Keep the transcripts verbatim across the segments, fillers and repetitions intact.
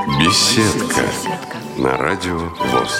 Беседка на радио ВОС.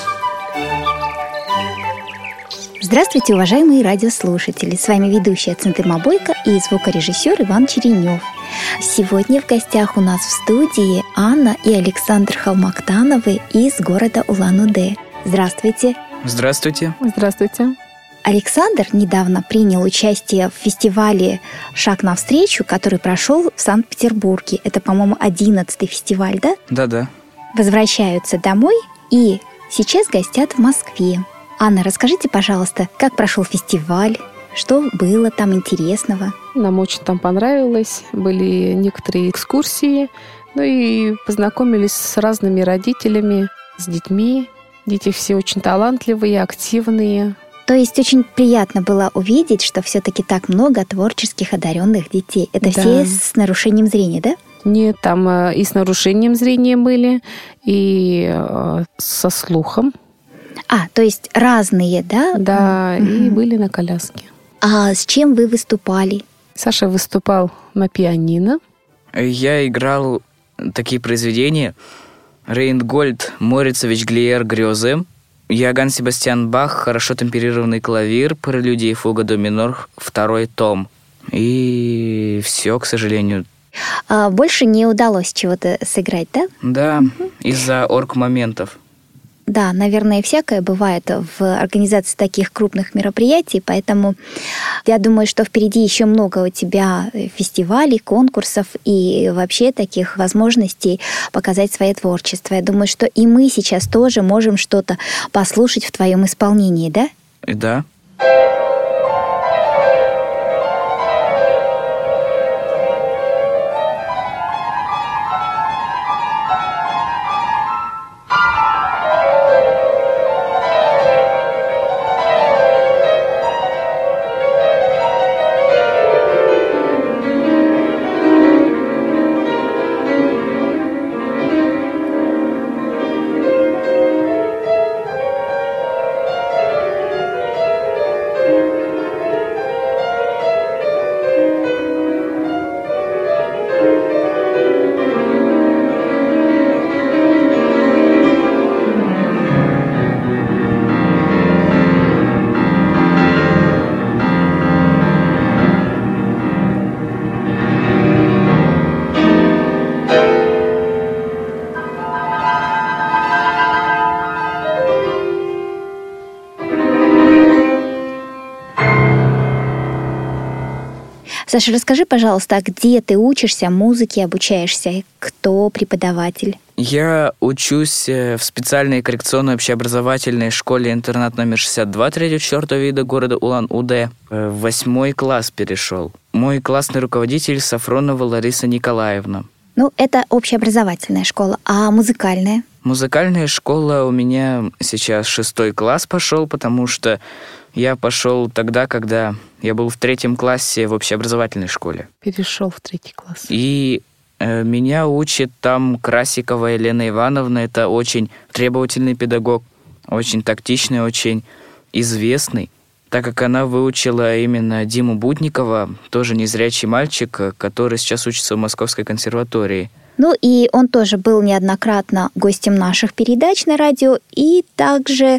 Здравствуйте, уважаемые радиослушатели! С вами ведущая Центыма Бойко и звукорежиссер Иван Черенев. Сегодня в гостях у нас в студии Анна и Александр Халмактановы из города Улан-Удэ. Здравствуйте! Здравствуйте! Здравствуйте! Александр недавно принял участие в фестивале «Шаг навстречу», который прошел в Санкт-Петербурге. Это, по-моему, одиннадцатый фестиваль, да? Да-да. Возвращаются домой и сейчас гостят в Москве. Анна, расскажите, пожалуйста, как прошел фестиваль, что было там интересного? Нам очень там понравилось. Были некоторые экскурсии, ну и познакомились с разными родителями, с детьми. Дети все очень талантливые, активные. То есть очень приятно было увидеть, что все-таки так много творческих одаренных детей. Это Да. все с нарушением зрения, да? Нет, там э, и с нарушением зрения были, и э, со слухом. А, то есть разные, да? Да, и были на коляске. А с чем вы выступали? Саша выступал на пианино. Я играл такие произведения: Рейнгольд, Морицевич, Глиер, Грёзы, Иоганн Себастьян Бах, хорошо темперированный клавир, прелюдия и фуга до минор, второй том. И все, к сожалению. А больше не удалось чего-то сыграть, да? Да, из-за орг-моментов. Да, наверное, всякое бывает в организации таких крупных мероприятий, поэтому я думаю, что впереди еще много у тебя фестивалей, конкурсов и вообще таких возможностей показать свое творчество. Я думаю, что и мы сейчас тоже можем что-то послушать в твоем исполнении, да? И да. Саша, расскажи, пожалуйста, а где ты учишься музыке, обучаешься? Кто преподаватель? Я учусь в специальной коррекционной общеобразовательной школе-интернат номер шестьдесят два третьего-четвёртого вида города Улан-Удэ. В восьмой класс перешел. Мой классный руководитель Сафронова Лариса Николаевна. Ну, это общеобразовательная школа. А музыкальная? Музыкальная школа у меня сейчас шестой класс пошел, потому что я пошел тогда, когда я был в третьем классе в общеобразовательной школе. Перешел в третий класс. И э, меня учит там Красикова Елена Ивановна. Это очень требовательный педагог, очень тактичный, очень известный, так как она выучила именно Диму Будникова, тоже незрячий мальчик, который сейчас учится в Московской консерватории. Ну и он тоже был неоднократно гостем наших передач на радио и также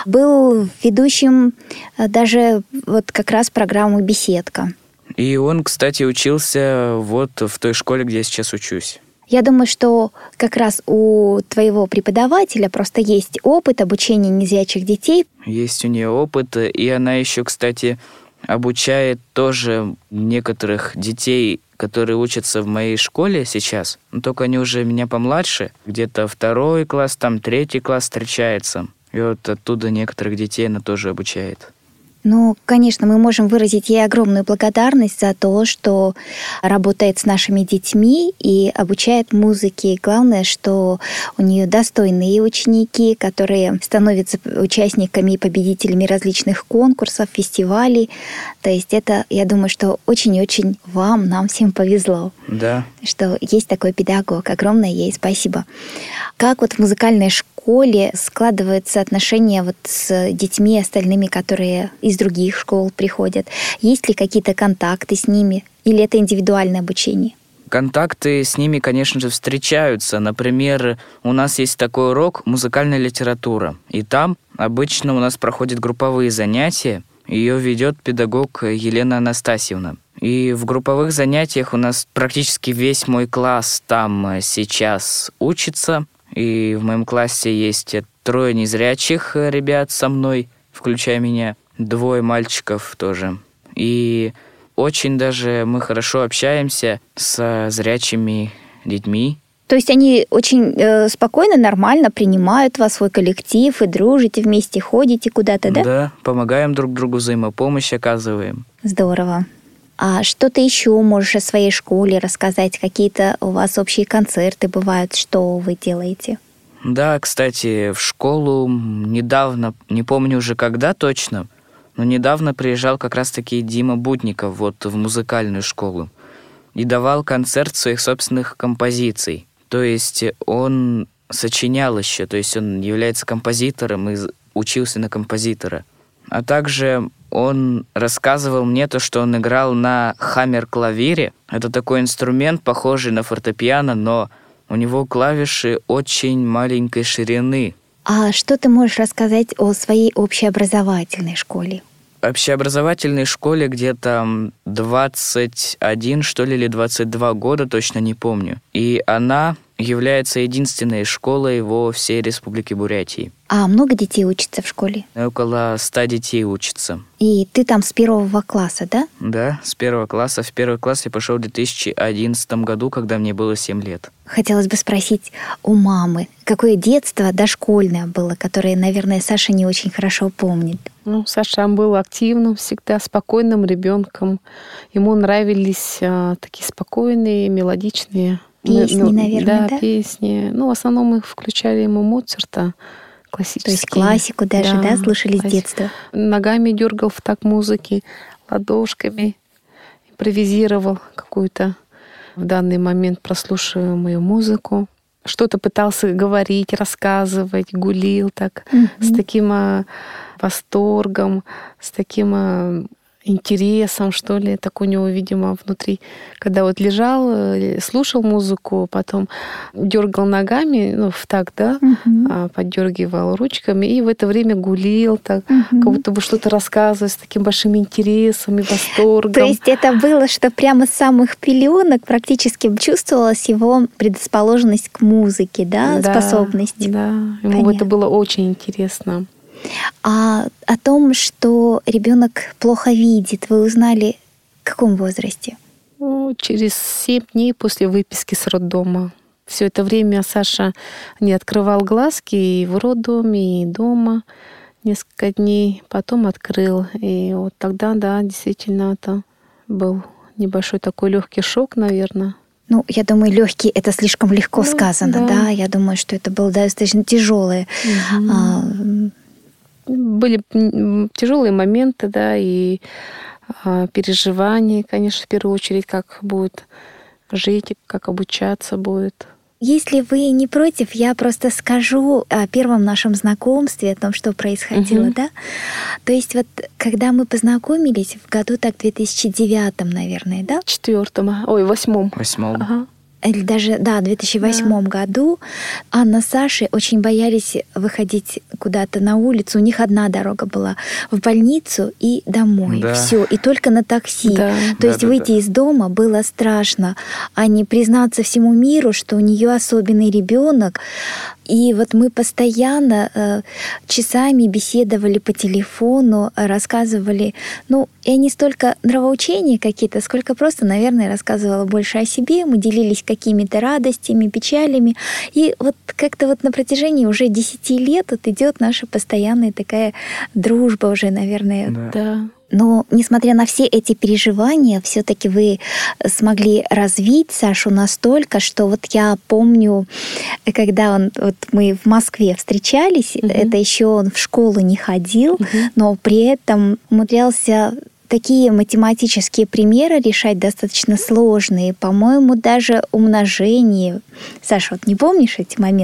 был ведущим даже вот как раз программы «Беседка». И он, кстати, учился вот в той школе, где я сейчас учусь. Я думаю, что как раз у твоего преподавателя просто есть опыт обучения незрячих детей. Есть у нее опыт, и она еще, кстати, обучает тоже некоторых детей, которые учатся в моей школе сейчас, но только они уже меня помладше, где-то второй класс, там третий класс встречается. И вот оттуда некоторых детей она тоже обучает. Ну, конечно, мы можем выразить ей огромную благодарность за то, что работает с нашими детьми и обучает музыке. И главное, что у нее достойные ученики, которые становятся участниками и победителями различных конкурсов, фестивалей. То есть это, я думаю, что очень-очень вам, нам всем повезло. Да. Что есть такой педагог. Огромное ей спасибо. Как вот в музыкальной школе складываются отношения вот с детьми остальными, которые из других школ приходят? Есть ли какие-то контакты с ними? Или это индивидуальное обучение? Контакты с ними, конечно же, встречаются. Например, у нас есть такой урок «Музыкальная литература». И там обычно у нас проходят групповые занятия. Ее ведет педагог Елена Анастасьевна. И в групповых занятиях у нас практически весь мой класс там сейчас учится. И в моем классе есть трое незрячих ребят со мной, включая меня, двое мальчиков тоже. И очень даже мы хорошо общаемся со зрячими детьми. То есть они очень э, спокойно, нормально принимают вас, свой коллектив, и дружите вместе, ходите куда-то, да? Да, помогаем друг другу, взаимопомощь оказываем. Здорово. А что ты еще можешь о своей школе рассказать? Какие-то у вас общие концерты бывают? Что вы делаете? Да, кстати, в школу недавно, не помню уже когда точно, но недавно приезжал как раз-таки Дима Будников вот в музыкальную школу и давал концерт своих собственных композиций. То есть он сочинял еще, то есть он является композитором и учился на композитора. А также он рассказывал мне то, что он играл на хаммер-клавире. Это такой инструмент, похожий на фортепиано, но у него клавиши очень маленькой ширины. А что ты можешь рассказать о своей общеобразовательной школе? Общеобразовательной школе где-то двадцать один, что ли, или двадцать два года, точно не помню. И она является единственной школой во всей Республике Бурятии. А много детей учатся в школе? Около ста детей учатся. И ты там с первого класса, да? Да, с первого класса. В первый класс я пошел в две тысячи одиннадцатом году, когда мне было семь лет. Хотелось бы спросить у мамы, какое детство дошкольное было, которое, наверное, Саша не очень хорошо помнит. Ну, Саша был активным, всегда спокойным ребенком. Ему нравились а, такие спокойные, мелодичные песни, ну, наверное, да? Да, песни. Ну, в основном мы включали ему Моцарта, классические. То есть классику даже, да, да слушали классик. С детства? Ногами дергал в такт музыки, ладошками, импровизировал какую-то в данный момент прослушиваемую музыку. Что-то пытался говорить, рассказывать, гулил так, mm-hmm. с таким а, восторгом, с таким а, интересом, что ли, так у него, видимо, внутри. Когда вот лежал, слушал музыку, потом дергал ногами, ну, в такт, да, mm-hmm. поддергивал ручками, и в это время гулил, так, mm-hmm. как будто бы что-то рассказывал с таким большим интересом и восторгом. То есть это было, что прямо с самых пеленок практически чувствовалась его предрасположенность к музыке, да, да способность? Да, ему Понятно. Это было очень интересно. А о том, что ребенок плохо видит, вы узнали в каком возрасте? Ну, через семь дней после выписки с роддома. Все это время Саша не открывал глазки и в роддоме, и дома несколько дней. Потом открыл. И вот тогда, да, действительно, это был небольшой такой легкий шок, наверное. Ну, я думаю, легкий это слишком легко ну, сказано, да. да. Я думаю, что это было достаточно тяжелое. Угу. А, Были тяжелые моменты, да, и а, переживания, конечно, в первую очередь, как будет жить, как обучаться будет. Если вы не против, я просто скажу о первом нашем знакомстве, о том, что происходило, угу. да? То есть вот когда мы познакомились в году так две тысячи девятом, наверное, да? Четвертом, ой, восьмом. Восьмом. Ага. Или даже, да, в две тысячи восьмом да. году Анна с Сашей очень боялись выходить куда-то на улицу. У них одна дорога была в больницу и домой. Да. Все. И только на такси. Да. То да, есть да, выйти да. из дома было страшно, а не признаться всему миру, что у нее особенный ребенок. И вот мы постоянно э, часами беседовали по телефону, рассказывали, ну, я не столько нравоучения какие-то, сколько просто, наверное, рассказывала больше о себе. Мы делились какими-то радостями, печалями. И вот как-то вот на протяжении уже десяти лет вот идет наша постоянная такая дружба уже, наверное. Да. да. Но, несмотря на все эти переживания, все-таки вы смогли развить Сашу настолько, что вот я помню, когда он, вот мы в Москве встречались, uh-huh. это еще он в школу не ходил, uh-huh. но при этом умудрялся такие математические примеры решать достаточно сложные, по-моему, даже умножение. Саша, вот не помнишь эти моменты?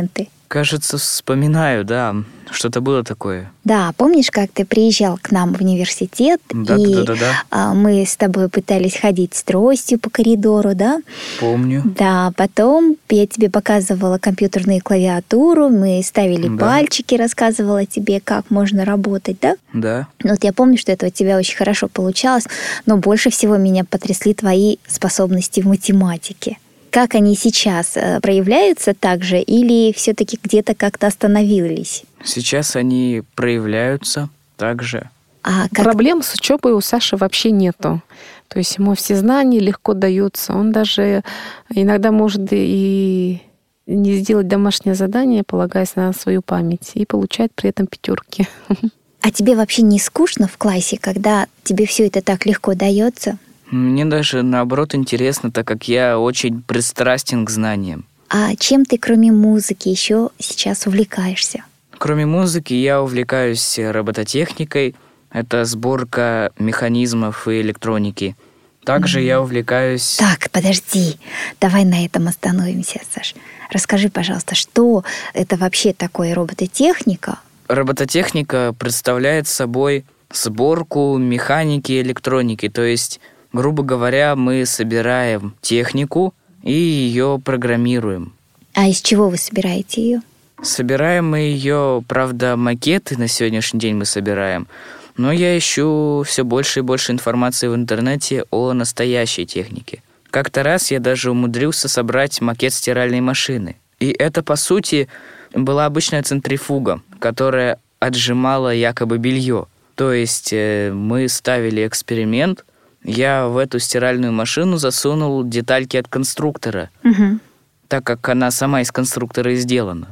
Кажется, вспоминаю, да, что-то было такое. Да, помнишь, как ты приезжал к нам в университет, Да, и да, да, да, а, мы с тобой пытались ходить с тростью по коридору, да? помню. Да, потом я тебе показывала компьютерную клавиатуру, мы ставили Да. пальчики, рассказывала тебе, как можно работать, да? Да. Ну, Вот я помню, что это у тебя очень хорошо получалось, но больше всего меня потрясли твои способности в математике. Как они сейчас э, проявляются так же или все-таки где-то как-то остановились? Сейчас они проявляются также. А как... Проблем с учебой у Саши вообще нету. То есть ему все знания легко даются. Он даже иногда может и не сделать домашнее задание, полагаясь на свою память, и получает при этом пятерки. А тебе вообще не скучно в классе, когда тебе все это так легко дается? Мне даже наоборот интересно, так как я очень пристрастен к знаниям. А чем ты, кроме музыки, еще сейчас увлекаешься? Кроме музыки, я увлекаюсь робототехникой. Это сборка механизмов и электроники. Также я увлекаюсь... Так, подожди, давай на этом остановимся, Саш. Расскажи, пожалуйста, что это вообще такое робототехника? Робототехника представляет собой сборку механики и электроники. То есть, грубо говоря, мы собираем технику и ее программируем. А из чего вы собираете ее? Собираем мы ее, правда, макеты на сегодняшний день мы собираем, но я ищу все больше и больше информации в интернете о настоящей технике. Как-то раз я даже умудрился собрать макет стиральной машины. И это, по сути, была обычная центрифуга, которая отжимала якобы белье. То есть э, мы ставили эксперимент, я в эту стиральную машину засунул детальки от конструктора, Угу. так как она сама из конструктора и сделана,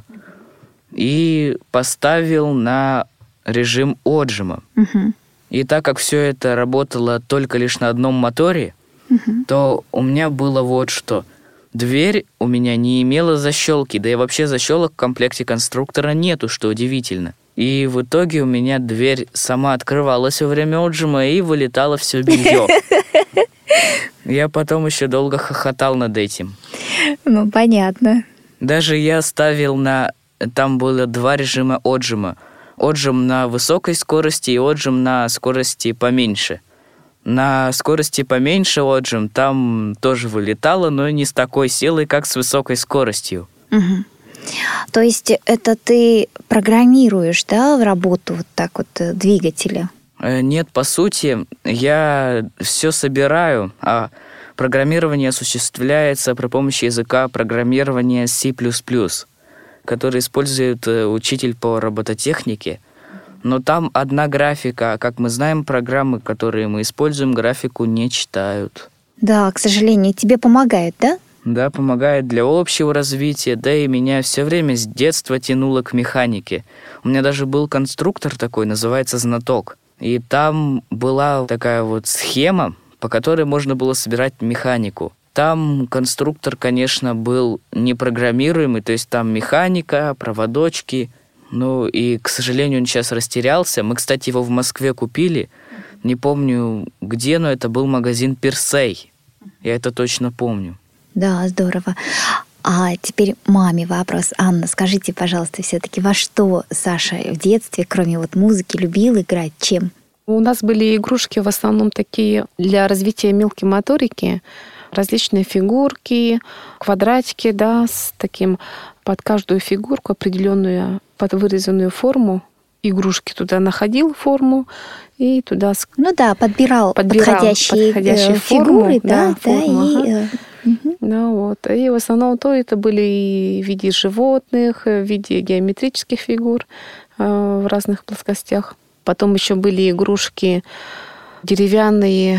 и поставил на режим отжима. Угу. И так как все это работало только лишь на одном моторе, Угу. то у меня было вот что. Дверь у меня не имела защелки, да и вообще защелок в комплекте конструктора нету, что удивительно. И в итоге у меня дверь сама открывалась во время отжима и вылетало все белье. Я потом еще долго хохотал над этим. Ну, понятно. Даже я ставил на... Там было два режима отжима. Отжим на высокой скорости и отжим на скорости поменьше. На скорости поменьше отжим там тоже вылетало, но не с такой силой, как с высокой скоростью. Угу. То есть это ты программируешь, да, в работу вот так вот э, двигателя? Э, Нет, по сути, я все собираю, а программирование осуществляется при помощи языка программирования си плюс плюс, который использует э, учитель по робототехнике. Но там одна графика, а как мы знаем, программы, которые мы используем, графику не читают. Да, к сожалению, тебе помогает, да? Да, помогает для общего развития, да и меня все время с детства тянуло к механике. У меня даже был конструктор такой, называется «Знаток». И там была такая вот схема, по которой можно было собирать механику. Там конструктор, конечно, был непрограммируемый, то есть там механика, проводочки. Ну и, к сожалению, он сейчас растерялся. Мы, кстати, его в Москве купили. Не помню где, но это был магазин «Персей». Я это точно помню. Да, здорово. А теперь маме вопрос. Анна, скажите, пожалуйста, все-таки во что Саша в детстве, кроме вот музыки, любил играть? Чем? У нас были игрушки в основном такие для развития мелкой моторики, различные фигурки, квадратики, да, с таким под каждую фигурку определенную под вырезанную форму. Игрушки туда находил форму и туда... Ну да, подбирал, подбирал подходящие, подходящие э, форму, фигуры, да, да, форму, и... ага. э, мгм. Да, вот. И в основном то это были и в виде животных, в виде геометрических фигур э, в разных плоскостях. Потом еще были игрушки деревянные,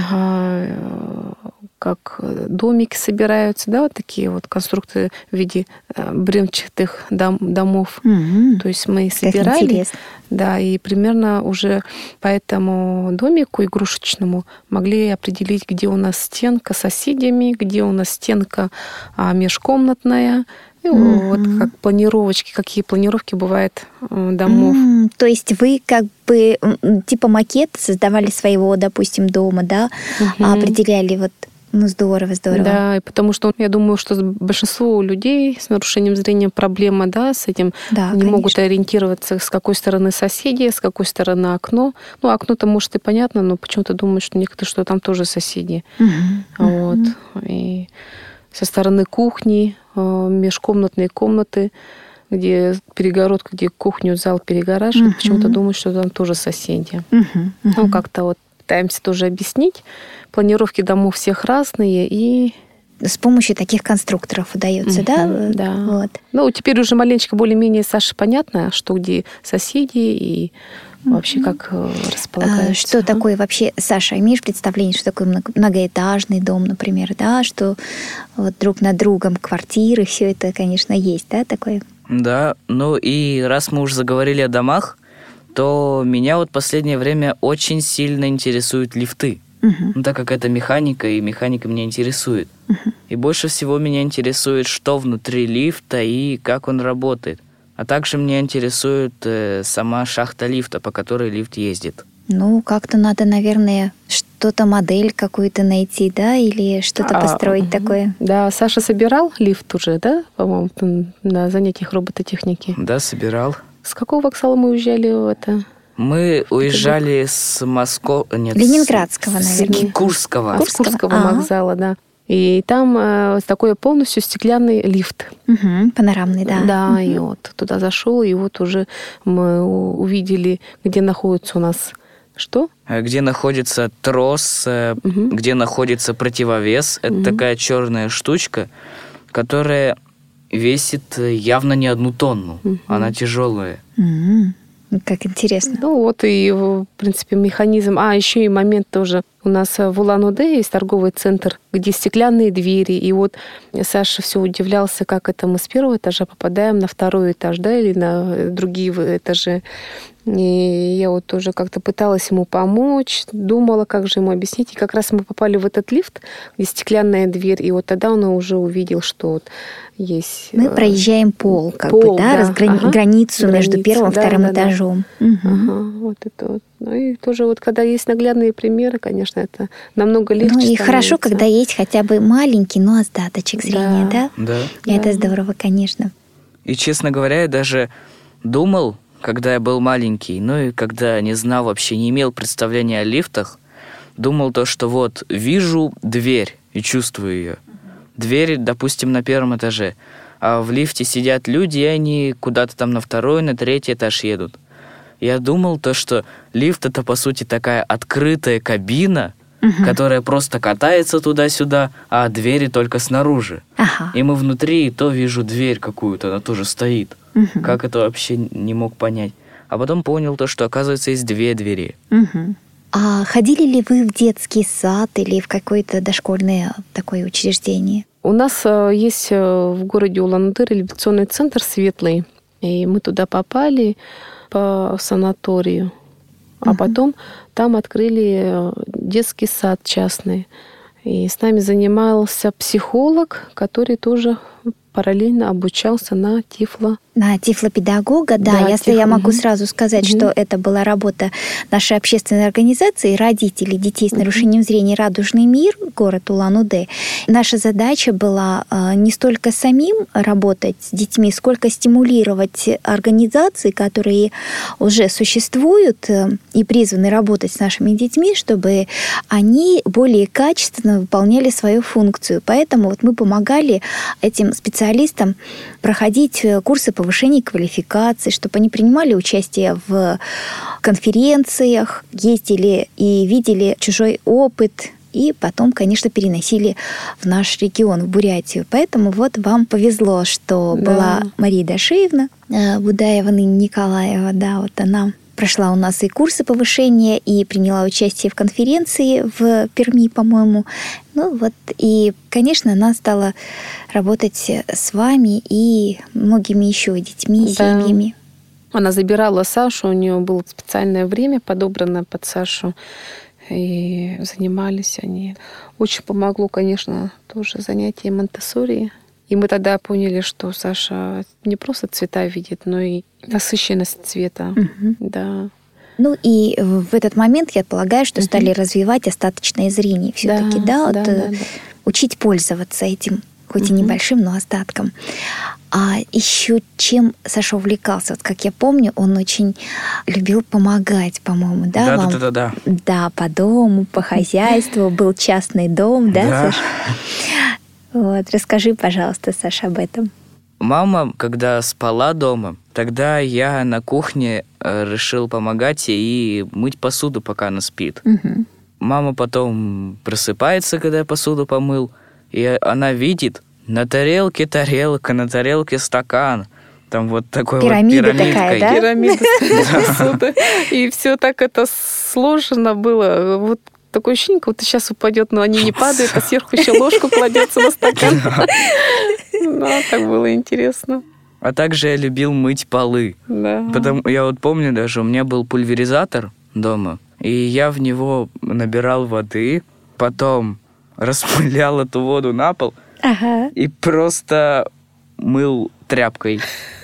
э, как домики собираются, да, вот такие вот конструкции в виде э, бревенчатых дом, домов. Мгм. То есть мы Как собирали, интересно. да, и примерно уже по этому домику игрушечному могли определить, где у нас стенка с соседями, где у нас стенка а, межкомнатная. И Мгм. вот как планировочки, какие планировки бывают э, домов. М, То есть вы как бы м, типа макет создавали своего, допустим, дома, да, Мгм. а определяли вот Ну, здорово, здорово. Да, и потому что я думаю, что большинство людей с нарушением зрения проблема, да, с этим да, не конечно. могут ориентироваться, с какой стороны соседи, с какой стороны окно. Ну, окно-то, может, и понятно, но почему-то думают, что некоторые, что там тоже соседи. Угу. Вот. Угу. И со стороны кухни, межкомнатные комнаты, где перегородка, где кухню, зал перегораживает, угу. почему-то думают, что там тоже соседи. Угу. Угу. Ну, как-то вот пытаемся тоже объяснить. Планировки домов всех разные, и с помощью таких конструкторов удается, угу, да? Да. Вот. Ну, теперь уже маленечко более-менее Саше понятно, что где соседи и вообще как располагаются. Что ага. такое вообще, Саша, имеешь представление, что такое многоэтажный дом, например, да, что вот друг над другом квартиры, все это, конечно, есть, да, такое? Да, ну и раз мы уже заговорили о домах, то меня вот в последнее время очень сильно интересуют лифты. Uh-huh. Ну, так как это механика, и механика меня интересует. Uh-huh. И больше всего меня интересует, что внутри лифта и как он работает. А также меня интересует э, сама шахта лифта, по которой лифт ездит. Ну, как-то надо, наверное, что-то, модель какую-то найти, да, или что-то а, построить угу. такое. Да, Саша собирал лифт уже, да, по-моему, на занятиях робототехники? Да, собирал. С какого вокзала мы уезжали в это? Мы уезжали с Москвы... Нет, Ленинградского, с... наверное. С Курского. Курского, Курского а-а. вокзала, да. И там э, такой полностью стеклянный лифт. Угу, панорамный, да. Да, угу. и вот туда зашел, и вот уже мы увидели, где находится у нас что? Где находится трос, угу. где находится противовес. Это угу. такая черная штучка, которая весит явно не одну тонну. Угу. Она тяжелая. Угу. Как интересно. Ну вот и, в принципе, механизм. А, еще и момент тоже. У нас в Улан-Удэ есть торговый центр, где стеклянные двери. И вот Саша все удивлялся, как это мы с первого этажа попадаем на второй этаж, да, или на другие этажи. И я вот тоже как-то пыталась ему помочь, думала, как же ему объяснить. И как раз мы попали в этот лифт, где стеклянная дверь. И вот тогда он уже увидел, что вот есть... Мы проезжаем пол, как пол, бы, да, да. разграни... ага. границу Граница, между первым и да, вторым да, этажом. Да. Угу. Ага, вот это вот. Ну и тоже вот, когда есть наглядные примеры, конечно, это намного легче Ну и становится. хорошо, когда есть хотя бы маленький, но остаточек зрения, да? Да. И это да. здорово, конечно. И, честно говоря, я даже думал, когда я был маленький, ну и когда не знал вообще, не имел представления о лифтах, думал то, что вот вижу дверь и чувствую ее. Дверь, допустим, на первом этаже, а в лифте сидят люди, и они куда-то там на второй, на третий этаж едут. Я думал то, что лифт — это, по сути, такая открытая кабина, угу. которая просто катается туда-сюда, а двери только снаружи. Ага. И мы внутри, и то вижу дверь какую-то, она тоже стоит. Угу. Как это вообще не мог понять. А потом понял то, что, оказывается, есть две двери. Угу. А ходили ли вы в детский сад или в какое-то дошкольное такое учреждение? У нас есть в городе Улан-Удэ реабилитационный центр «Светлый». И мы туда попали по санаторию. А uh-huh. потом там открыли детский сад частный. И с нами занимался психолог, который тоже параллельно обучался на тифло. На тифлопедагога, да. да Если тиф... я могу угу. сразу сказать, угу. что это была работа нашей общественной организации «Родители детей с нарушением зрения. Радужный мир», город Улан-Удэ. Наша задача была не столько самим работать с детьми, сколько стимулировать организации, которые уже существуют и призваны работать с нашими детьми, чтобы они более качественно выполняли свою функцию. Поэтому вот мы помогали этим специалистам проходить курсы повышения квалификации, чтобы они принимали участие в конференциях, ездили и видели чужой опыт, и потом, конечно, переносили в наш регион, в Бурятию. Поэтому вот вам повезло, что да. была Мария Дашиевна Будаева, ныне Николаева, да, вот она прошла у нас и курсы повышения, и приняла участие в конференции в Перми, по-моему. Ну вот, и, конечно, она стала работать с вами и многими еще детьми, да. семьями. Она забирала Сашу, у нее было специальное время подобрано под Сашу, и занимались они. Очень помогло, конечно, тоже занятие Монтессори. И мы тогда поняли, что Саша не просто цвета видит, но и насыщенность цвета. Угу. Да. Ну и в этот момент, я полагаю, что угу. стали развивать остаточное зрение. Все-таки, да, да, вот, да, да. учить пользоваться этим, хоть Mm-hmm. и небольшим, но остатком. А еще чем Саша увлекался? Вот, как я помню, он очень любил помогать, по-моему, да, Да, вам? да, да, да. Да, по дому, по хозяйству. Был частный дом, да, Да. Саша? Вот, расскажи, пожалуйста, Саша, об этом. Мама, когда спала дома, тогда я на кухне э, решил помогать ей и мыть посуду, пока она спит. Угу. Мама потом просыпается, когда я посуду помыл, и она видит на тарелке тарелка, на тарелке стакан. Там вот такой Пирамида вот пирамидкой. такая, да? Пирамида посуды. И все так это сложено было. Вот такое ощущение, как будто сейчас упадет, но они не падают, а сверху еще ложку кладется на стакан. Да, так было интересно. А также я любил мыть полы. Да. Потому, я вот помню даже, у меня был пульверизатор дома, и я в него набирал воды, потом распылял эту воду на пол Ага. и просто мыл тряпкой.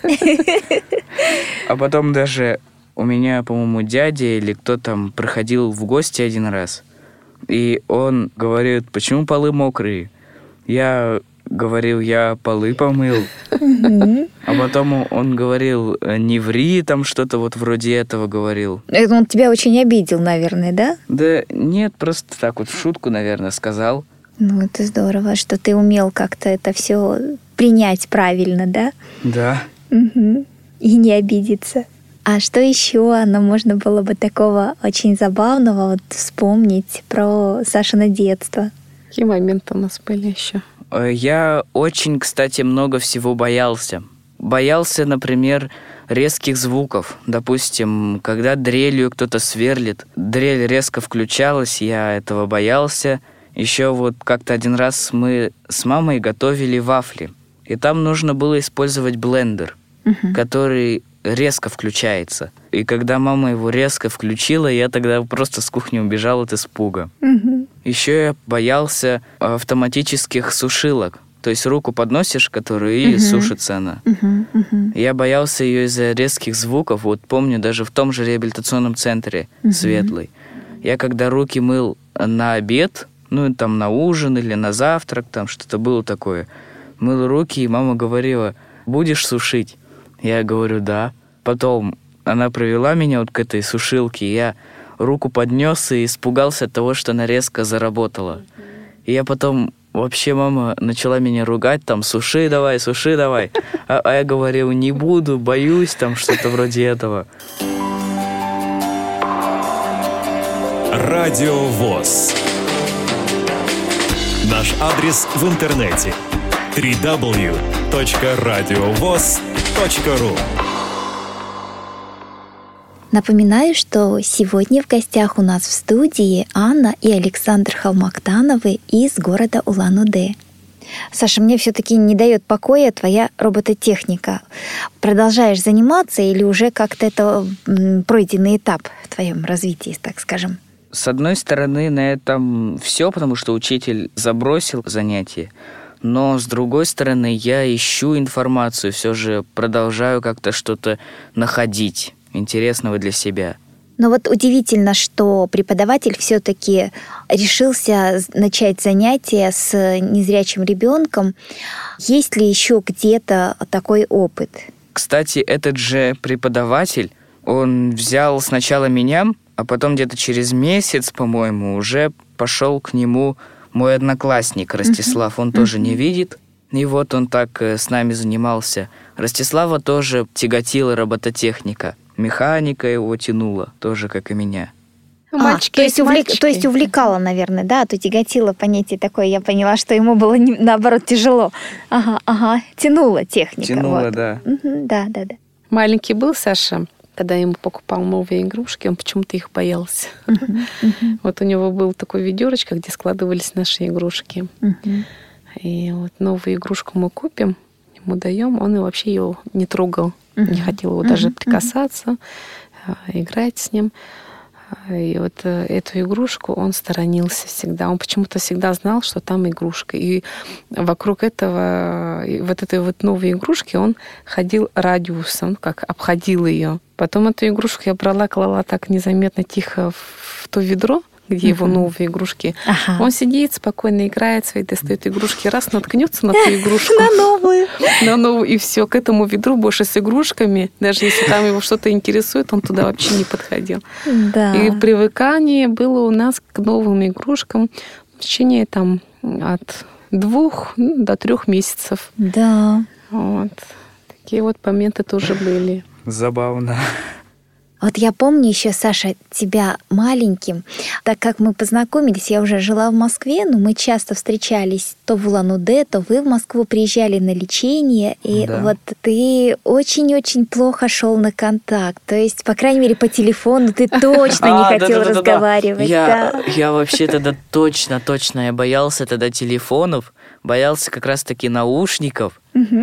А потом даже у меня, по-моему, дядя или кто там проходил в гости один раз, и он говорит, почему полы мокрые? Я говорил, я полы помыл. А потом он говорил, не ври, там что-то вот вроде этого говорил. Это он тебя очень обидел, наверное, да? Да нет, просто так вот в шутку, наверное, сказал. Ну, это здорово, что ты умел как-то это все принять правильно, да? Да. Угу. И не обидеться. А что еще оно можно было бы такого очень забавного вот вспомнить про Сашино детство? Какие моменты у нас были еще? Я очень, кстати, много всего боялся. Боялся, например, резких звуков. Допустим, когда дрелью кто-то сверлит, дрель резко включалась, я этого боялся. Еще вот как-то один раз мы с мамой готовили вафли. И там нужно было использовать блендер, Угу. который резко включается. И когда мама его резко включила, я тогда просто с кухни убежал от испуга. Угу. Еще я боялся автоматических сушилок. То есть руку подносишь, которую, и Мгм. сушится она. Угу. Угу. Я боялся ее из-за резких звуков. Вот помню, даже в том же реабилитационном центре Мгм. Светлый. Я когда руки мыл на обед, ну там на ужин или на завтрак, там что-то было такое, мыл руки, и мама говорила, будешь сушить? Я говорю, да. Потом она провела меня вот к этой сушилке, я руку поднес и испугался от того, что она резко заработала. И я потом, вообще мама начала меня ругать, там, суши давай, суши давай. А, а я говорил, не буду, боюсь, там, что-то вроде этого. Радио ВОС. Наш адрес в интернете дабл ю дабл ю дабл ю точка радиовос точка ру. Напоминаю, что сегодня в гостях у нас в студии Анна и Александр Халмактановы из города Улан-Удэ. Саша, мне все-таки не дает покоя твоя робототехника. Продолжаешь заниматься или уже как-то это м, пройденный этап в твоем развитии, так скажем? С одной стороны, на этом все, потому что учитель забросил занятия. Но с другой стороны, я ищу информацию, все же продолжаю как-то что-то находить интересного для себя. Но вот удивительно, что преподаватель все-таки решился начать занятия с незрячим ребенком. Есть ли еще где-то такой опыт? Кстати, этот же преподаватель, он взял сначала меня, а потом где-то через месяц, по-моему, уже пошел к нему мой одноклассник Ростислав. Он тоже не видит. И вот он так с нами занимался. Ростислава тоже тяготила робототехника. Механика его тянула, тоже как и меня. А, Мальчики то, есть есть увлек- мальчики. то есть увлекала, наверное, да? А то тяготило понятие такое. Я поняла, что ему было не- наоборот тяжело. Ага, ага, тянула техника. Тянула, вот. да. Мгм, да, да, да. Маленький был Саша, когда ему покупал новые игрушки, он почему-то их боялся. Вот у него был такой ведерочка, где складывались наши игрушки. Мгм. И вот новую игрушку мы купим, ему даем, он и вообще ее не трогал, не хотел его даже прикасаться, а, играть с ним. И вот э, эту игрушку он сторонился всегда. Он почему-то всегда знал, что там игрушка. И вокруг этого, и вот этой вот новой игрушки он ходил радиусом, как обходил ее. Потом эту игрушку я брала, клала так незаметно, тихо в то ведро, где uh-huh. его новые игрушки. Uh-huh. Он сидит, спокойно играет свои, достает игрушки, раз наткнется на ту игрушку. На новую. На новую, и все. К этому ведру больше с игрушками. Даже если там его что-то интересует, он туда вообще не подходил. Да. И привыкание было у нас к новым игрушкам в течение там от двух до трех месяцев. Да. Вот. Такие вот моменты тоже были. Забавно. Вот я помню еще, Саша, тебя маленьким. Так как мы познакомились, я уже жила в Москве, но мы часто встречались то в Улан-Удэ, то вы в Москву приезжали на лечение. И да. вот ты очень-очень плохо шел на контакт. То есть, по крайней мере, по телефону ты точно не хотел разговаривать. Я вообще тогда точно-точно я боялся тогда телефонов, боялся как раз-таки наушников,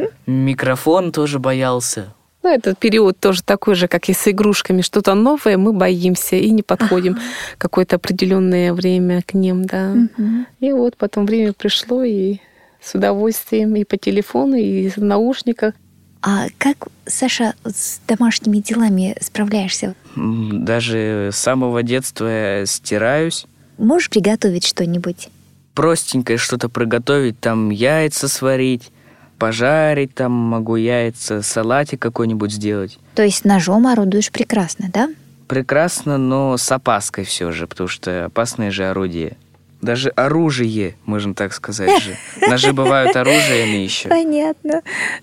микрофон тоже боялся. Ну, этот период тоже такой же, как и с игрушками. Что-то новое, мы боимся и не подходим ага. какое-то определенное время к ним, да. Угу. И вот потом время пришло, и с удовольствием и по телефону, и в наушниках. А как, Саша, с домашними делами справляешься? Даже с самого детства я стираюсь. Можешь приготовить что-нибудь? Простенькое что-то приготовить, там яйца сварить, пожарить, там могу яйца, салатик какой-нибудь сделать. То есть ножом орудуешь прекрасно, да? Прекрасно, но с опаской все же, потому что опасные же орудия. Даже оружие, можно так сказать же. Ножи бывают оружиями еще. Понятно,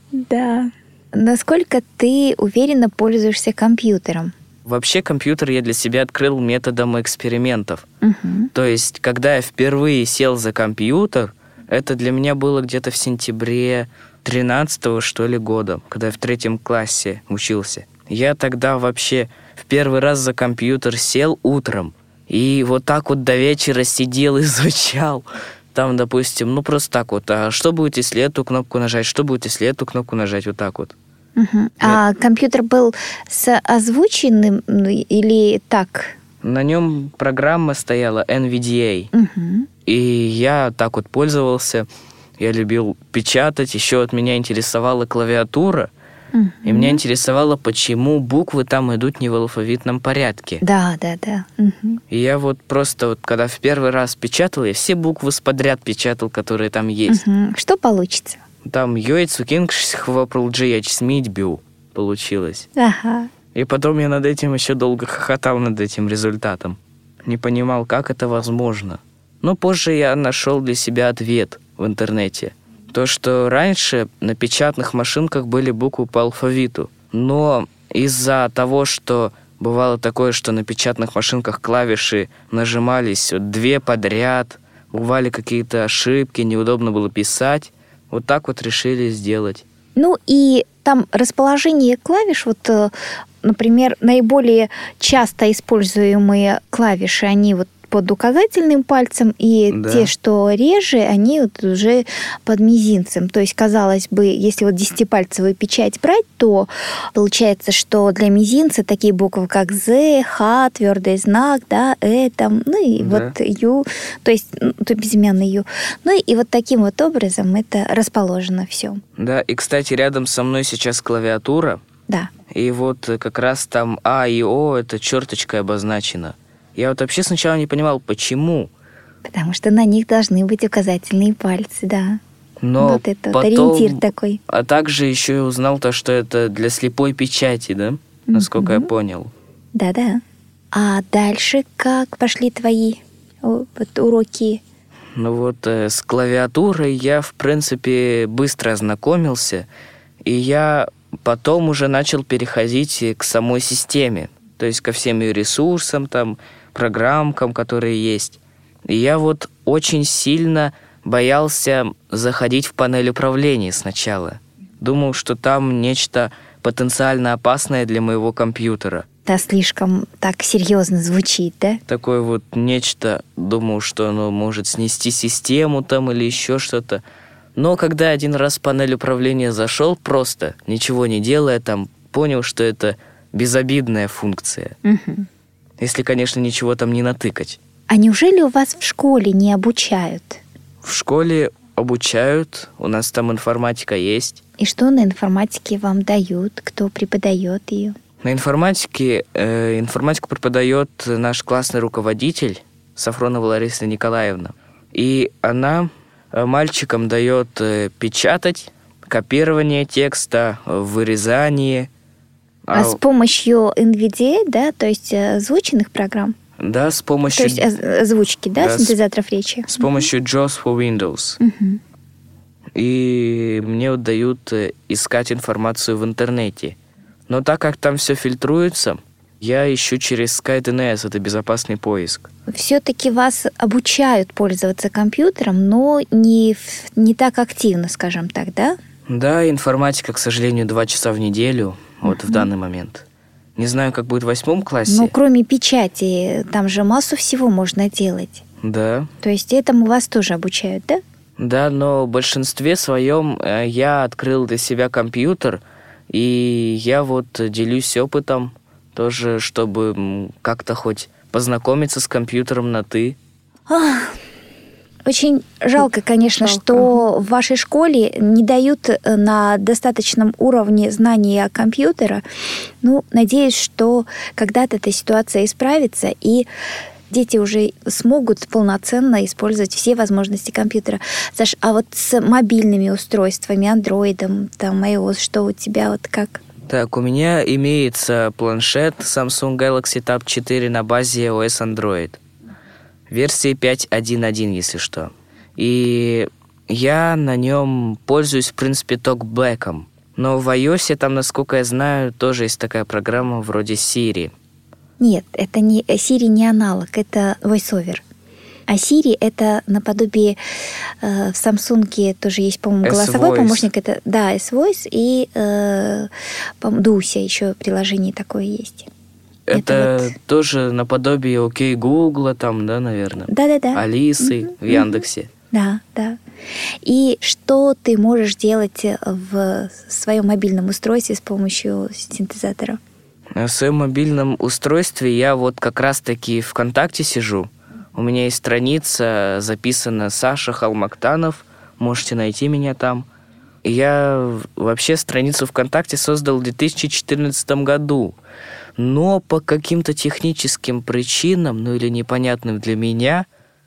да. Насколько ты уверенно пользуешься компьютером? Вообще компьютер я для себя открыл методом экспериментов. Угу. То есть, когда я впервые сел за компьютер, это для меня было где-то в сентябре тринадцатого, что ли, года, когда я в третьем классе учился. Я тогда вообще в первый раз за компьютер сел утром и вот так вот до вечера сидел, изучал. Там, допустим, ну просто так вот, а что будет, если эту кнопку нажать, что будет, если эту кнопку нажать, вот так вот. Угу. А компьютер был с озвученным или так? На нем программа стояла эн ви ди эй. Угу. И я так вот пользовался. Я любил печатать. Еще от меня интересовала клавиатура. Угу. И меня интересовало, почему буквы там идут не в алфавитном порядке. Да, да, да. Угу. И я вот просто, вот, когда в первый раз печатал, я все буквы подряд печатал, которые там есть. Угу. Что получится? Там «Йойцу кингш хвапролджияч смитбю» получилось. Ага. И потом я над этим еще долго хохотал, над этим результатом. Не понимал, как это возможно. Но позже я нашел для себя ответ в интернете. То, что раньше на печатных машинках были буквы по алфавиту. Но из-за того, что бывало такое, что на печатных машинках клавиши нажимались вот две подряд, бывали какие-то ошибки, неудобно было писать, вот так вот решили сделать. Ну и там расположение клавиш, вот, например, наиболее часто используемые клавиши, они вот под указательным пальцем, и да. те, что реже, они вот уже под мизинцем. То есть, казалось бы, если вот десятипальцевую печать брать, то получается, что для мизинца такие буквы, как З, Х, твердый знак, да, Э, там, ну и да. вот Ю, то есть ну, безымянный Ю. Ну и вот таким вот образом это расположено все. Да, и, кстати, рядом со мной сейчас клавиатура. Да. И вот как раз там А и О, это черточкой обозначено. Я вот вообще сначала не понимал, почему. Потому что на них должны быть указательные пальцы, да. Но вот это потом, вот ориентир такой. А также еще и узнал то, что это для слепой печати, да? Насколько mm-hmm. я понял. Да-да. А дальше как пошли твои вот, уроки? Ну вот э, с клавиатурой я, в принципе, быстро ознакомился. И я потом уже начал переходить к самой системе. То есть ко всем ее ресурсам, там, программкам, которые есть. И я вот очень сильно боялся заходить в панель управления сначала. Думал, что там нечто потенциально опасное для моего компьютера. Да, слишком так серьезно звучит, да? Такое вот нечто, думал, что оно может снести систему там или еще что-то. Но когда один раз в панель управления зашел, просто ничего не делая, там понял, что это безобидная функция. Угу. Если, конечно, ничего там не натыкать. А неужели у вас в школе не обучают? В школе обучают, у нас там информатика есть. И что на информатике вам дают? Кто преподает ее? На информатике э, информатику преподает наш классный руководитель. Сафронова Лариса Николаевна. И она мальчикам дает печатать, копирование текста, вырезание. А, а с помощью эн ви ди эй, да, то есть озвученных программ? Да, с помощью... То есть озвучки, да, да синтезаторов речи? С помощью джоус for Windows. Угу. И мне вот дают искать информацию в интернете. Но так как там все фильтруется, я ищу через SkyDNS, это безопасный поиск. Все-таки вас обучают пользоваться компьютером, но не, не так активно, скажем так, да? Да, информатика, к сожалению, два часа в неделю, вот uh-huh. в данный момент. Не знаю, как будет в восьмом классе. Но кроме печати, там же массу всего можно делать. Да. То есть этому вас тоже обучают, да? Да, но в большинстве своем я открыл для себя компьютер, и я вот делюсь опытом тоже, чтобы как-то хоть познакомиться с компьютером на «ты». Ах, очень жалко, конечно, жалко. что в вашей школе не дают на достаточном уровне знания о компьютере. Ну, надеюсь, что когда-то эта ситуация исправится, и дети уже смогут полноценно использовать все возможности компьютера. Саш, а вот с мобильными устройствами, андроидом, там, iOS, что у тебя вот как? Так, у меня имеется планшет Samsung Galaxy Tab четыре на базе о эс Android. Версии пять точка один точка один, если что. И я на нем пользуюсь, в принципе, токбэком. Но в iOS, там, насколько я знаю, тоже есть такая программа вроде Siri. Нет, это не Siri, не аналог, это VoiceOver. А Siri — это наподобие э, в Samsung тоже есть, по-моему, голосовой S-Voice. помощник. Это, да, S-Voice, и э, Дуся еще приложение такое есть. Это, Это вот... тоже наподобие Окей Гугла, там, да, наверное? Да-да-да. Алисы Mm-hmm. в Яндексе. Да, да. И что ты можешь делать в своем мобильном устройстве с помощью синтезатора? В своем мобильном устройстве я вот как раз-таки ВКонтакте сижу. У меня есть страница, записана Саша Халмактанов. Можете найти меня там. Я вообще страницу ВКонтакте создал в две тысячи четырнадцатом году. Но по каким-то техническим причинам, ну или непонятным для меня,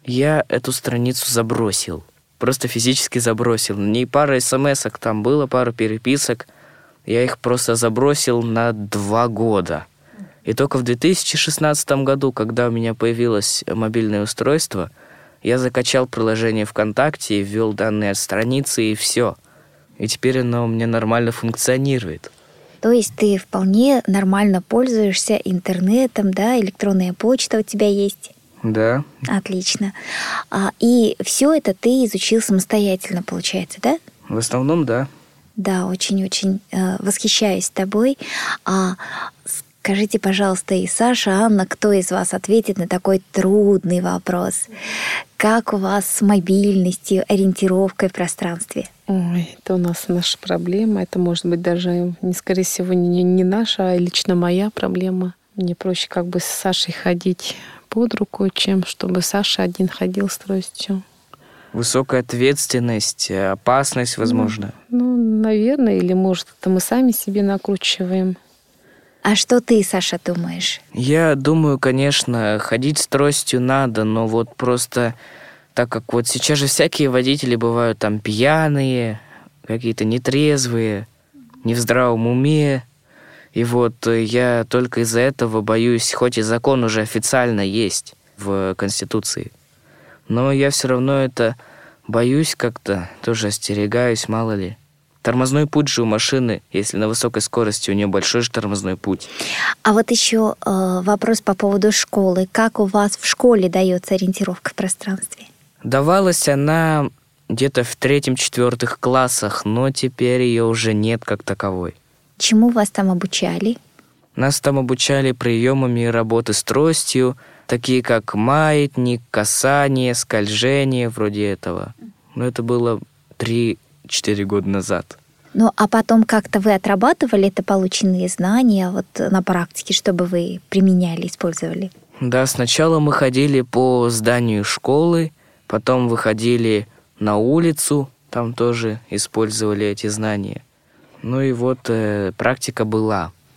я эту страницу забросил. Просто физически забросил. Не пара смс-ок там было, пара переписок. Я их просто забросил на два года. И только в две тысячи шестнадцатом году, когда у меня появилось мобильное устройство, я закачал приложение ВКонтакте, ввел данные от страницы, и все. И теперь оно у меня нормально функционирует. То есть ты вполне нормально пользуешься интернетом, да, электронная почта у тебя есть? Да. Отлично. А, и все это ты изучил самостоятельно, получается, да? В основном, да. Да, очень-очень э, восхищаюсь тобой. А скажите, пожалуйста, и Саша, Анна, кто из вас ответит на такой трудный вопрос? Как у вас с мобильностью, ориентировкой в пространстве? Ой, это у нас наша проблема. Это может быть даже, не, скорее всего, не, не наша, а лично моя проблема. Мне проще как бы с Сашей ходить под руку, чем чтобы Саша один ходил с тростью. Высокая ответственность, опасность, возможно. Ну, ну, наверное, или, может, это мы сами себе накручиваем. А что ты, Саша, думаешь? Я думаю, конечно, ходить с тростью надо, но вот просто так как вот сейчас же всякие водители бывают там пьяные, какие-то нетрезвые, не в здравом уме. И вот я только из-за этого боюсь, хоть и закон уже официально есть в Конституции, но я все равно это боюсь как-то, тоже остерегаюсь, мало ли. Тормозной путь же у машины, если на высокой скорости, у нее большой же тормозной путь. А вот еще э, вопрос по поводу школы. Как у вас в школе дается ориентировка в пространстве? Давалась она где-то в третьем-четвертых классах, но теперь ее уже нет как таковой. Чему вас там обучали? Нас там обучали приемами работы с тростью, такие как маятник, касание, скольжение, вроде этого. Но это было три-четыре года назад. Ну, а потом как-то вы отрабатывали это полученные знания вот на практике, чтобы вы применяли, использовали? Да, сначала мы ходили по зданию школы, потом выходили на улицу, там тоже использовали эти знания. Ну и вот э, практика была.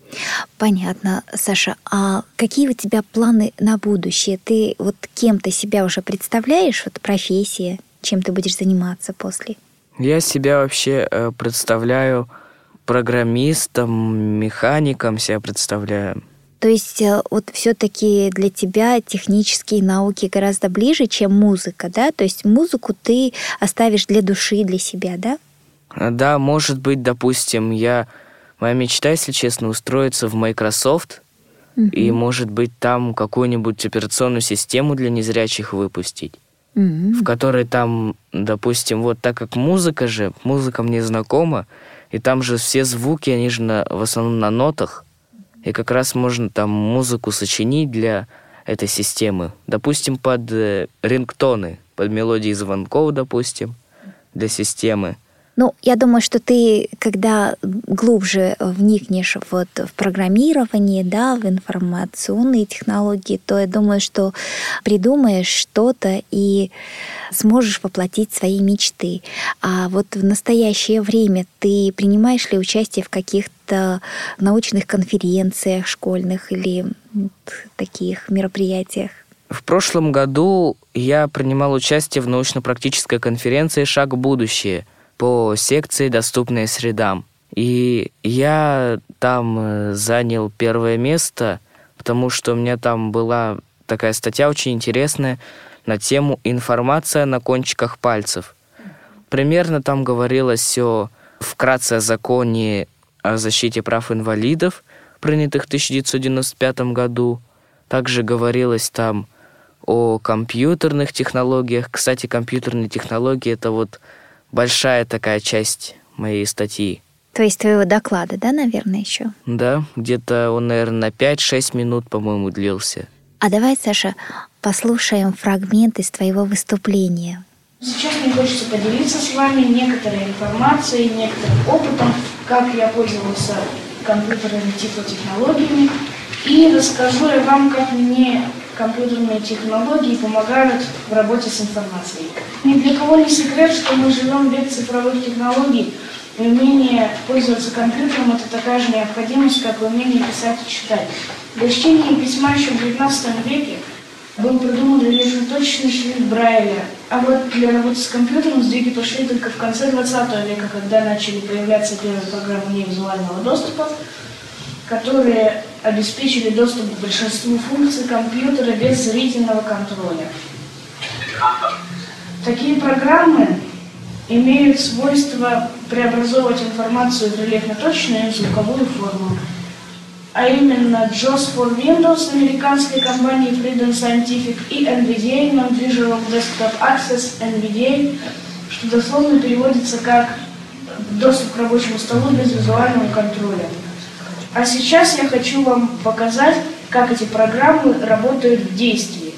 Понятно, Саша. А какие у тебя планы на будущее? Ты вот кем ты себя уже представляешь? Вот профессия, чем ты будешь заниматься после? Я себя вообще э, представляю программистом, механиком себя представляю. То есть вот все-таки для тебя технические науки гораздо ближе, чем музыка, да? То есть музыку ты оставишь для души, для себя, да? Да, может быть, допустим, я... Моя мечта, если честно, устроиться в Microsoft uh-huh. и, может быть, там какую-нибудь операционную систему для незрячих выпустить, uh-huh. в которой там, допустим, вот так как музыка же, музыка мне знакома, и там же все звуки, они же на, в основном на нотах, и как раз можно там музыку сочинить для этой системы. Допустим, под э, рингтоны, под мелодии звонков, допустим, для системы. Ну, я думаю, что ты, когда глубже вникнешь вот в программирование, да, в информационные технологии, то я думаю, что придумаешь что-то и сможешь воплотить свои мечты. А вот в настоящее время ты принимаешь ли участие в каких-то научных конференциях школьных или таких мероприятиях? В прошлом году я принимал участие в научно-практической конференции «Шаг в будущее» по секции «Доступная средам». И я там занял первое место, потому что у меня там была такая статья очень интересная на тему «Информация на кончиках пальцев». Примерно там говорилось о, вкратце о законе о защите прав инвалидов, принятых в тысяча девятьсот девяносто пятом году. Также говорилось там о компьютерных технологиях. Кстати, компьютерные технологии — это вот большая такая часть моей статьи. То есть твоего доклада, да, наверное, еще? Да, где-то он, наверное, на пять-шесть минут, по-моему, длился. А давай, Саша, послушаем фрагмент из твоего выступления. Сейчас мне хочется поделиться с вами некоторой информацией, некоторым опытом, как я пользовался компьютерными технологиями, и расскажу я вам, как мне компьютерные технологии помогают в работе с информацией. Ни для кого не секрет, что мы живем в век цифровых технологий, и умение пользоваться компьютером – это такая же необходимость, как и умение писать и читать. Для чтения письма еще в девятнадцатом веке был придуман лишь точный шрифт Брайля, а вот для работы с компьютером сдвиги пошли только в конце двадцатого века, когда начали появляться первые программы невизуального доступа, которые обеспечили доступ к большинству функций компьютера без зрительного контроля. Такие программы имеют свойство преобразовывать информацию в рельефно-точную и звуковую форму. А именно джос for Windows американской компании Freedom Scientific и эн ви ди эй, Non-Visual Desktop Access, эн ви ди эй, что дословно переводится как доступ к рабочему столу без визуального контроля. А сейчас я хочу вам показать, как эти программы работают в действии.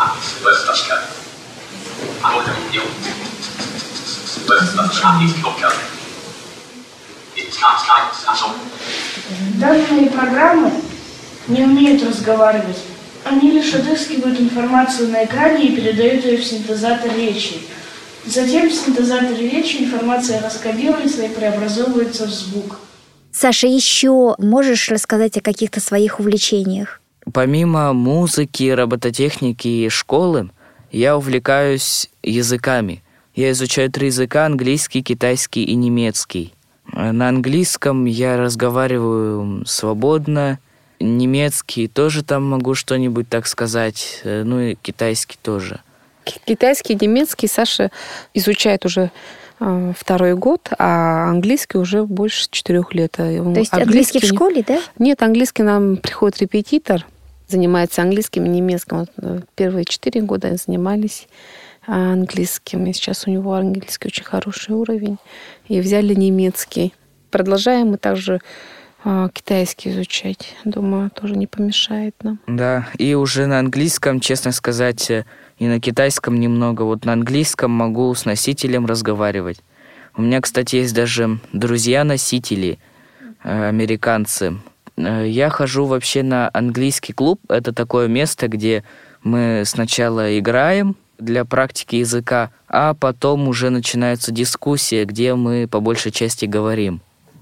Данные программы не умеют разговаривать. Они лишь отыскивают информацию на экране и передают ее в синтезатор речи. Затем в синтезаторе речи информация раскодируется и преобразовывается в звук. Саша, еще можешь рассказать о каких-то своих увлечениях? Помимо музыки, робототехники и школы, я увлекаюсь языками. Я изучаю три языка: английский, китайский и немецкий. На английском я разговариваю свободно, немецкий тоже там могу что-нибудь так сказать, ну и китайский тоже. Китайский и немецкий Саша изучает уже э, второй год, а английский уже больше четырех лет. То есть английский, английский в школе, да? Нет, английский нам приходит репетитор, занимается английским и немецким. Вот первые четыре года занимались английским, и сейчас у него английский очень хороший уровень. И взяли немецкий. Продолжаем мы также э, китайский изучать. Думаю, тоже не помешает нам. Да, и уже на английском, честно сказать, и на китайском немного. Вот на английском могу с носителем разговаривать. У меня, кстати, есть даже друзья-носители, э, американцы. Э, я хожу вообще на английский клуб. Это такое место, где мы сначала играем для практики языка, а потом уже начинается дискуссия, где мы по большей части говорим.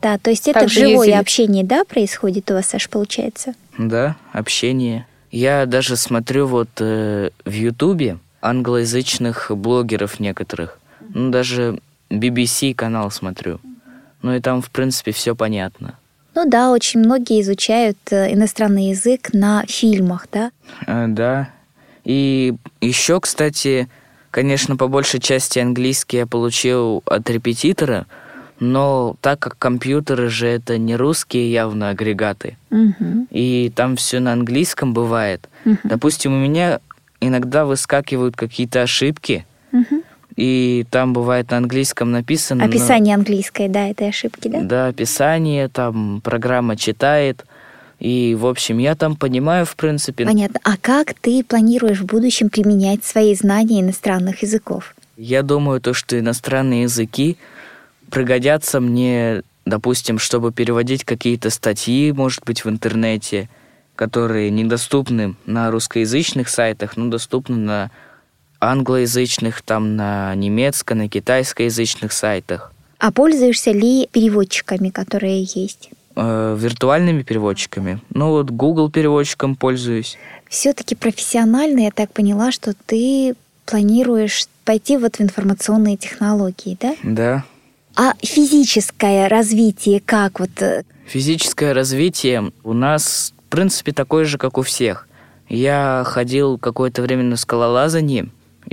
Да, то есть это Также живое ездили. общение, да, происходит у вас, Саш, получается? Да, общение. Я даже смотрю вот э, в Ютубе англоязычных блогеров некоторых. Ну, даже би би си канал смотрю. Ну и там, в принципе, все понятно. Ну да, очень многие изучают э, иностранный язык на фильмах, да? Э, да. И еще, кстати, конечно, по большей части английский я получил от репетитора, но так как компьютеры же это не русские явно агрегаты, Угу. и там все на английском бывает. Мгм. Допустим, у меня иногда выскакивают какие-то ошибки, Угу. и там бывает на английском написано... но- Описание английское, да, этой ошибки, да? Да, описание, там программа читает, и, в общем, я там понимаю, в принципе... Понятно. А как ты планируешь в будущем применять свои знания иностранных языков? Я думаю, то, что иностранные языки пригодятся мне, допустим, чтобы переводить какие-то статьи, может быть, в интернете, которые недоступны на русскоязычных сайтах, но доступны на англоязычных, там, на немецко-, на китайскоязычных сайтах. А пользуешься ли переводчиками, которые есть? Э, виртуальными переводчиками. Ну, вот Google переводчиком пользуюсь. Все-таки профессионально я так поняла, что ты планируешь пойти вот в информационные технологии, да? Да. А физическое развитие как вот? э, Физическое развитие у нас, в принципе, такое же, как у всех. Я ходил какое-то время на скалолазание,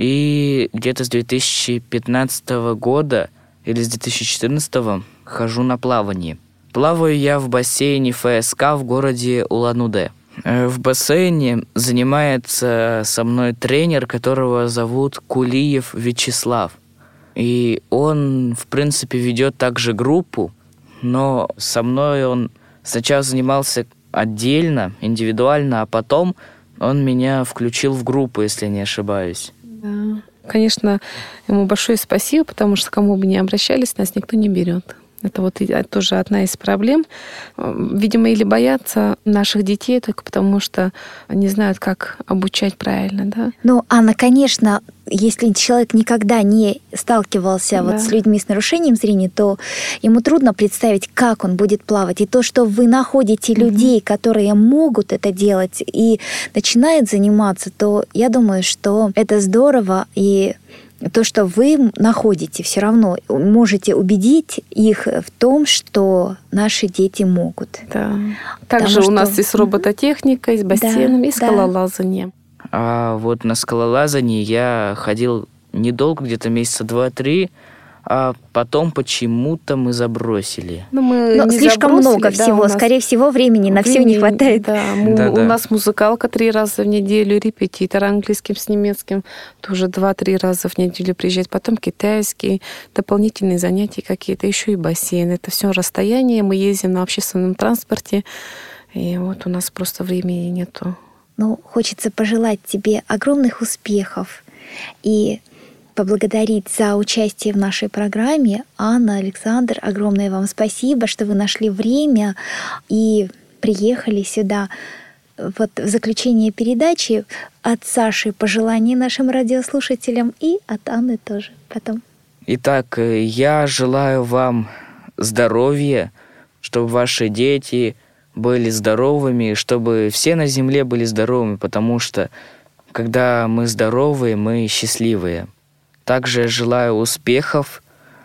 и где-то с две тысячи пятнадцатого года или с две тысячи четырнадцатого хожу на плавание. Плаваю я в бассейне эф эс ка в городе Улан-Удэ. Э, В бассейне занимается со мной тренер, которого зовут Кулиев Вячеслав. И он, в принципе, ведет также группу, но со мной он сначала занимался отдельно, индивидуально, а потом он меня включил в группу, если не ошибаюсь. Да. Конечно, ему большое спасибо, потому что кому бы ни обращались, нас никто не берет. Это вот и- а, тоже одна из проблем. Видимо, или боятся наших детей только потому, что не знают, как обучать правильно, да? Ну, Анна, конечно, если человек никогда не сталкивался Да. вот с людьми с нарушением зрения, то ему трудно представить, как он будет плавать. И то, что вы находите людей, которые могут это делать и начинают заниматься, то я думаю, что это здорово. И то, что вы находите, все равно можете убедить их в том, что наши дети могут. Да. Также Потому у нас что- и с робототехникой, и с бассейном, и с да. скалолазанием. А вот на скалолазании я ходил недолго, где-то месяца два-три, а потом почему-то мы забросили. Но мы Но не слишком забросили, много да, всего. у нас Скорее всего, времени на все не времени, хватает. Да, му- Да-да. у нас музыкалка три раза в неделю, репетитор английским с немецким тоже два-три раза в неделю приезжает, потом китайский, дополнительные занятия какие-то, еще и бассейн. Это все расстояние, мы ездим на общественном транспорте, и вот у нас просто времени нету. Ну, хочется пожелать тебе огромных успехов и поблагодарить за участие в нашей программе. Анна, Александр, огромное вам спасибо, что вы нашли время и приехали сюда. Вот в заключение передачи от Саши пожелания нашим радиослушателям и от Анны тоже потом. Итак, э, я желаю вам здоровья, чтобы ваши дети были здоровыми, чтобы все на земле были здоровыми, потому что когда мы здоровые, мы счастливые. Также желаю успехов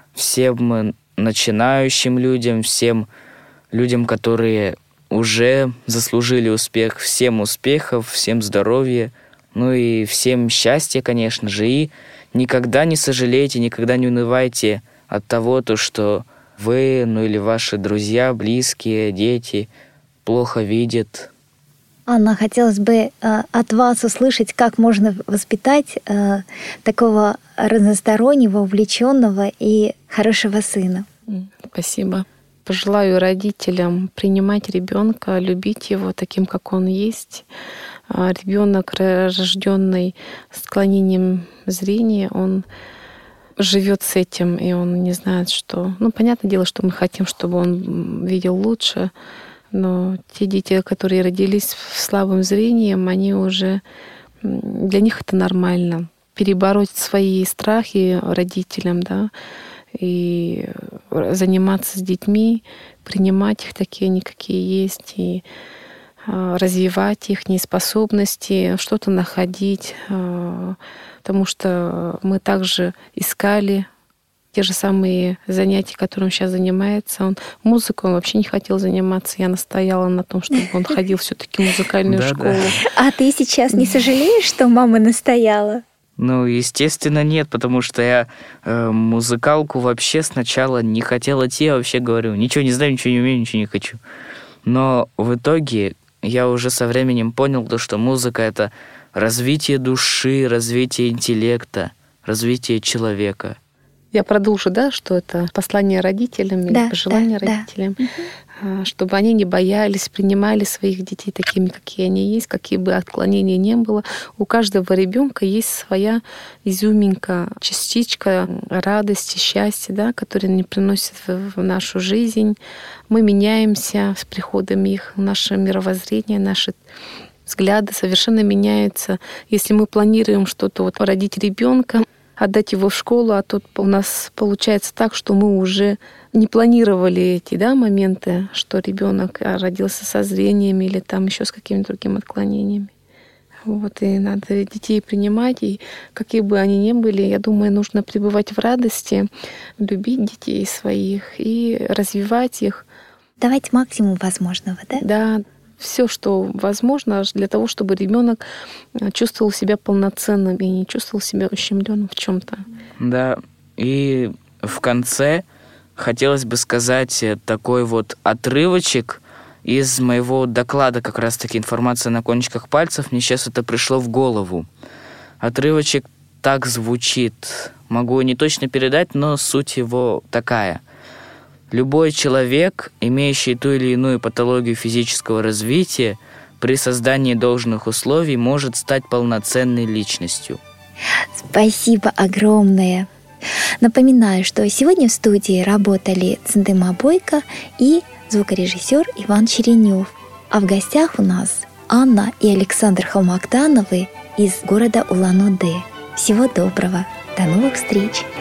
всем начинающим людям, всем людям, которые уже заслужили успех, всем успехов, всем здоровья, ну и всем счастья, конечно же, и никогда не сожалейте, никогда не унывайте от того, то, что вы, ну или ваши друзья, близкие, дети плохо видят. Анна, хотелось бы э, от вас услышать, как можно воспитать э, такого разностороннего, увлеченного и хорошего сына. М, Спасибо. Пожелаю родителям принимать ребенка, любить его таким, как он есть. Ребенок, рожденный с отклонением зрения, он живет с этим, и он не знает, что... Ну, понятное дело, что мы хотим, чтобы он видел лучше, но те дети, которые родились с слабым зрением, они уже... Для них это нормально. Перебороть свои страхи родителям, да, и заниматься с детьми, принимать их такие, они какие есть, и развивать их способности, что-то находить, потому что мы также искали те же самые занятия, которым он сейчас занимается. Он музыкой он вообще не хотел заниматься. Я настояла на том, чтобы он ходил все-таки в музыкальную школу. А ты сейчас не сожалеешь, что мама настояла? Ну, естественно, нет, потому что я э, музыкалку вообще сначала не хотел идти, я вообще говорю, ничего не знаю, ничего не умею, ничего не хочу. Но в итоге я уже со временем понял, то, что музыка — это развитие души, развитие интеллекта, развитие человека. Я продолжу, да, что это послание родителям или да, пожелание да, родителям, да. Чтобы они не боялись, принимали своих детей такими, какие они есть, какие бы отклонения ни было. У каждого ребенка есть своя изюминка, частичка радости, счастья, да, которые они приносят в нашу жизнь. Мы меняемся с приходом их, наше мировоззрение, наши взгляды совершенно меняются. Если мы планируем что-то вот родить ребенка, отдать его в школу, а тут у нас получается так, что мы уже не планировали эти, да, моменты, что ребенок родился со зрением или там еще с какими-то другими отклонениями. Вот, и надо детей принимать, и какие бы они ни были, я думаю, нужно пребывать в радости, любить детей своих и развивать их. Давать максимум возможного, да? Да. Все, что возможно, для того, чтобы ребенок чувствовал себя полноценным и не чувствовал себя ущемленным в чем-то. Да, и в конце хотелось бы сказать такой вот отрывочек из моего доклада, как раз-таки информация на кончиках пальцев. Мне сейчас это пришло в голову. Отрывочек так звучит. Могу не точно передать, но суть его такая. Любой человек, имеющий ту или иную патологию физического развития, при создании должных условий может стать полноценной личностью. Спасибо огромное. Напоминаю, что сегодня в студии работали Цендыма Бойко и звукорежиссер Иван Черенев. А в гостях у нас Анна и Александр Халмактановы из города Улан-Удэ. Всего доброго. До новых встреч.